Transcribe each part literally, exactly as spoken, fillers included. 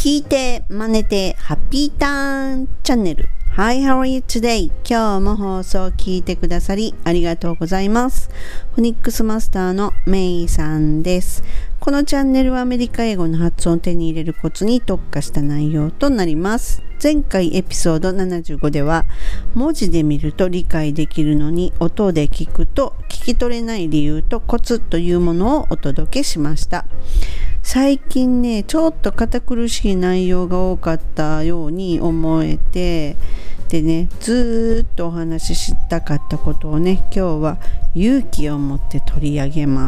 聞いて真似てハッピーターンチャンネル。 Hi, how are you today? 今日も放送を聞いてくださりありがとうございます。フォニックスマスターのメイさんです。このチャンネルはアメリカ英語の発音を手に入れるコツに特化した内容となります。前回エピソードななじゅうごでは、文字で見ると理解できるのに音で聞くと聞き取れない理由とコツというものをお届けしました。最近ね、ちょっと堅苦しい内容が多かったように思えて、でね、ずーっとお話ししたかったことをね、今日は勇気を持って取り上げます。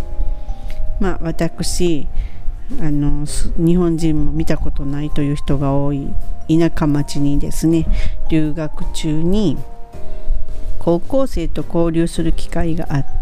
まあ私、あの日本人も見たことないという人が多い田舎町にですね、留学中に高校生と交流する機会があって、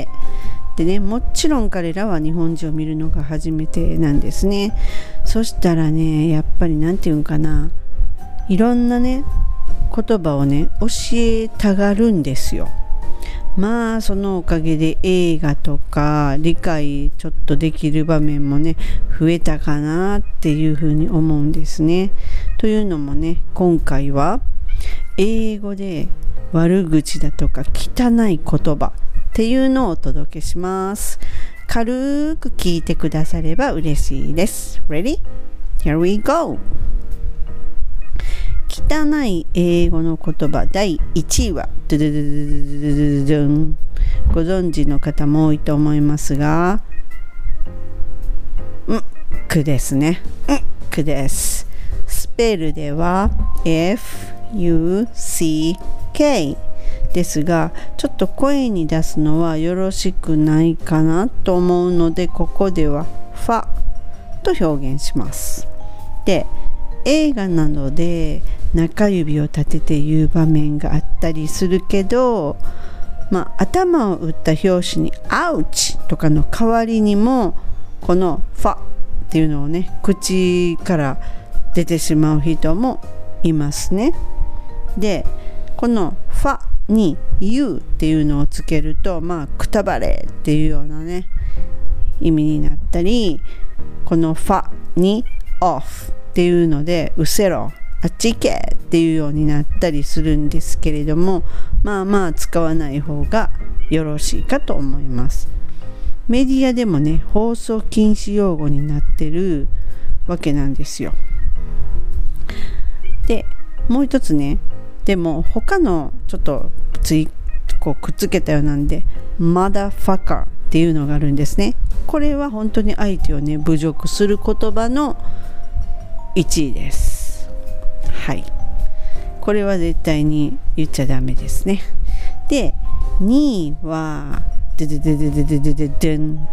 でね、もちろん彼らは日本人を見るのが初めてなんですね。そしたらね、やっぱりなんていうんかな、いろんなね言葉をね教えたがるんですよ。まあそのおかげで映画とか理解ちょっとできる場面もね増えたかなっていうふうに思うんですね。というのもね、今回は英語で悪口だとか汚い言葉っていうのをお届けします。軽く聞いてくだされば嬉しいです。 Ready? Here we go! 汚い英語の言葉だいいちいはドゥドゥドゥドゥドゥドゥドゥン、ご存知の方も多いと思いますが、うんくですね。うんくです。スペルでは エフ ユー シー ケー ですが、ちょっと声に出すのはよろしくないかなと思うので、ここではファと表現します。で、映画などで中指を立てて言う場面があったりするけど、まあ、頭を打った拍子にアウチとかの代わりにもこのファっていうのをね口から出てしまう人もいますね。で、このファに You っていうのをつけると、まあくたばれっていうようなね意味になったり、このファに Off っていうのでうせろあっち行けっていうようになったりするんですけれども、まあまあ使わない方がよろしいかと思います。メディアでもね放送禁止用語になってるわけなんですよ。で、もう一つね、でも他のちょっとついこうくっつけたようなんでマダファカーっていうのがあるんですね。これは本当に相手をね侮辱する言葉のいちいです。はい、これは絶対に言っちゃダメですね。で、にいはデデデデデデデデデン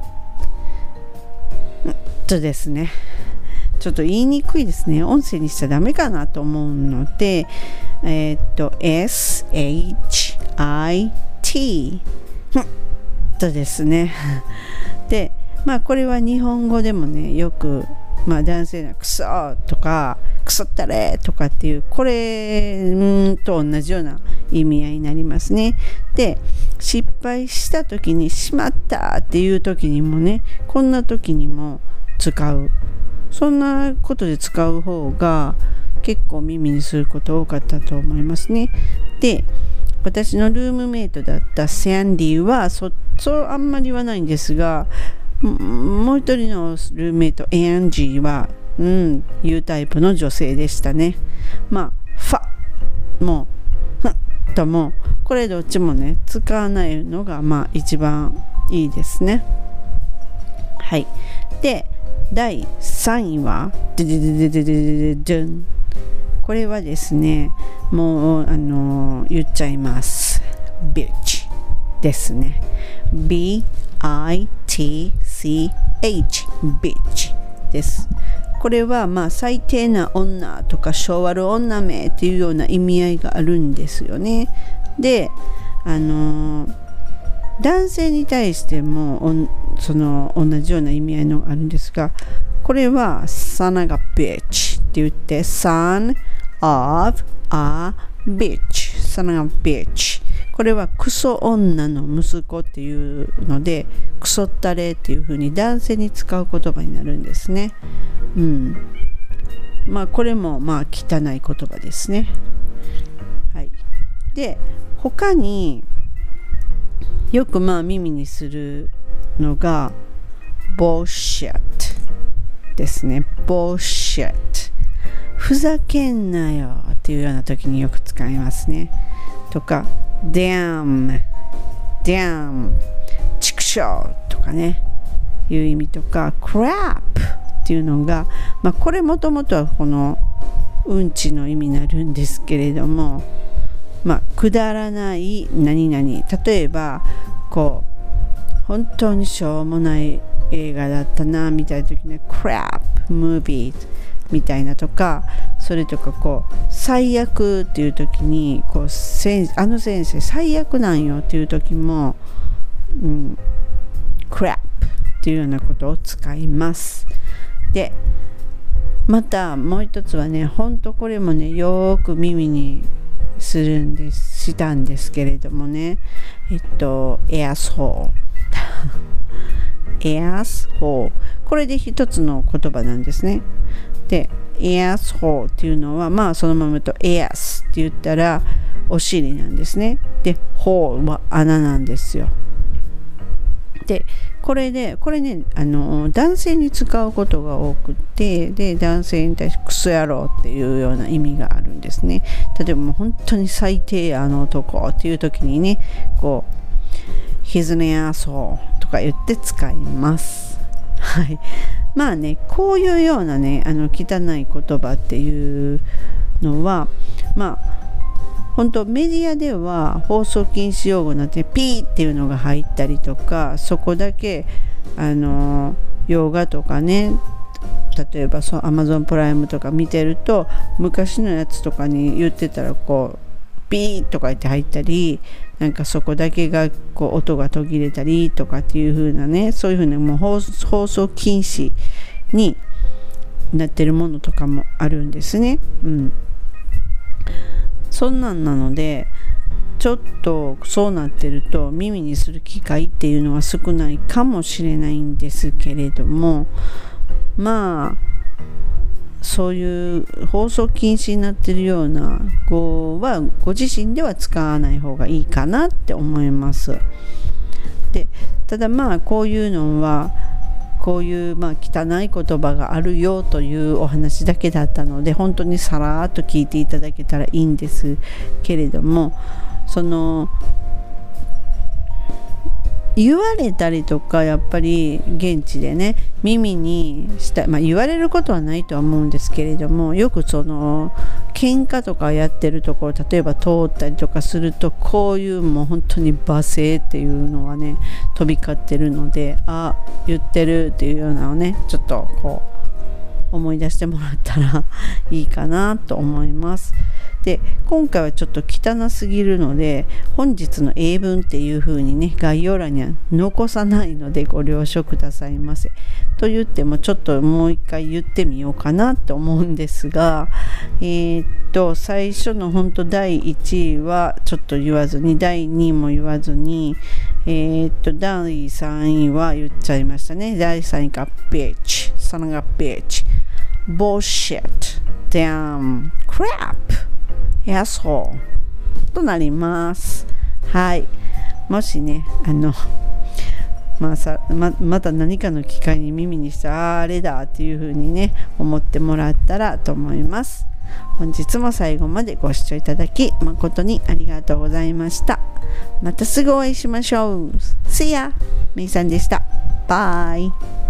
とですね、ちょっと言いにくいですね。音声にしちゃダメかなと思うので、えー、っと エスエイチアイティー とですね。で、まあこれは日本語でもねよく、まあ男性のクソとかクソったれとかっていう、これと同じような意味合いになりますね。で、失敗した時にしまったっていう時にもね、こんな時にも使う。そんなことで使う方が結構耳にすること多かったと思いますね。で、私のルームメイトだったサンディはそそうあんまり言わないんですが、もう一人のルームメイトエンジーはうん、いうタイプの女性でしたね。まあファもフッともこれどっちもね使わないのがまあ一番いいですね。はい。で、だいさんいはデデデデデデデデン、これはですね、もうあのー、言っちゃいます。ビッチですね。ビーアイティーシーエイチ ビッチです。これはまあ最低な女とか性悪女名っていうような意味合いがあるんですよね。で、あのー、男性に対してもその同じような意味合いのがあるんですが、これは son of a bitch って言って son of a bitch son of a bitch、 これはクソ女の息子っていうのでクソったれっていう風に男性に使う言葉になるんですね。うん。 まあこれもまあ汚い言葉ですね。はい。で他によくまあ耳にするのが bullshit ですね。bullshit ふざけんなよっていうような時によく使いますね。とか damn damn 畜生とかねいう意味とか crap っていうのが、まあ、これもともとはこのうんちの意味になるんですけれども、まあ、くだらない何々、例えばこう本当にしょうもない映画だったなみたいな時に crap movie みたいなとか、それとかこう最悪っていう時にこう先あの先生最悪なんよっていう時も、うん、crap っていうようなことを使います。でまたもう一つはね、ほんとこれもねよーく耳にするんですしたんですけれどもね、えっと asshole asshole これで一つの言葉なんですね。で asshole っていうのはまあそのまま言うと ass って言ったらお尻なんですね。で hole は穴なんですよ。でこれでこれねあの男性に使うことが多くて、で男性に対してクソ野郎っていうような意味があるんですね。例えばもう本当に最低あの男っていう時にね、こう He's an asshole とか言って使います。はい。まあね、こういうようなねあの汚い言葉っていうのはまあ本当メディアでは放送禁止用語になってピーっていうのが入ったりとか、そこだけあの洋画とかね、例えばそう Amazon プライムとか見てると昔のやつとかに言ってたらこうピーとか言って入ったり、なんかそこだけがこう音が途切れたりとかっていう風なね、そういう風なもう放送禁止になってるものとかもあるんですね。うん。そんなんなのでちょっとそうなってると耳にする機会っていうのは少ないかもしれないんですけれども、まあそういう放送禁止になってるような語はご自身では使わない方がいいかなって思います。でただまあこういうのはこういうまあ汚い言葉があるよというお話だけだったので、本当にさらっと聞いていただけたらいいんですけれども、その言われたりとかやっぱり現地でね耳にした、まあ、言われることはないとは思うんですけれども、よくその喧嘩とかやってるところ例えば通ったりとかすると、こういうもう本当に罵声っていうのはね飛び交ってるので、あ言ってるっていうようなのをねちょっとこう思い出してもらったらいいかなと思います。で今回はちょっと汚すぎるので本日の英文っていう風にね概要欄には残さないのでご了承くださいませ。と言ってもちょっともう一回言ってみようかなと思うんですが、えー、っと最初の本当だいいちいはちょっと言わずに、だいにいも言わずに、えー、っとだいさんいは言っちゃいましたね。だいさんいが bitch、 さんが bitch、 bullshit、 damn、 crap、 asshole となります。はい。もしねあのまあ、さ ま, また何かの機会に耳にしてあれだっていう風にね思ってもらったらと思います。本日も最後までご視聴いただき誠にありがとうございました。またすぐお会いしましょう。See ya! めいさんでした。バイ。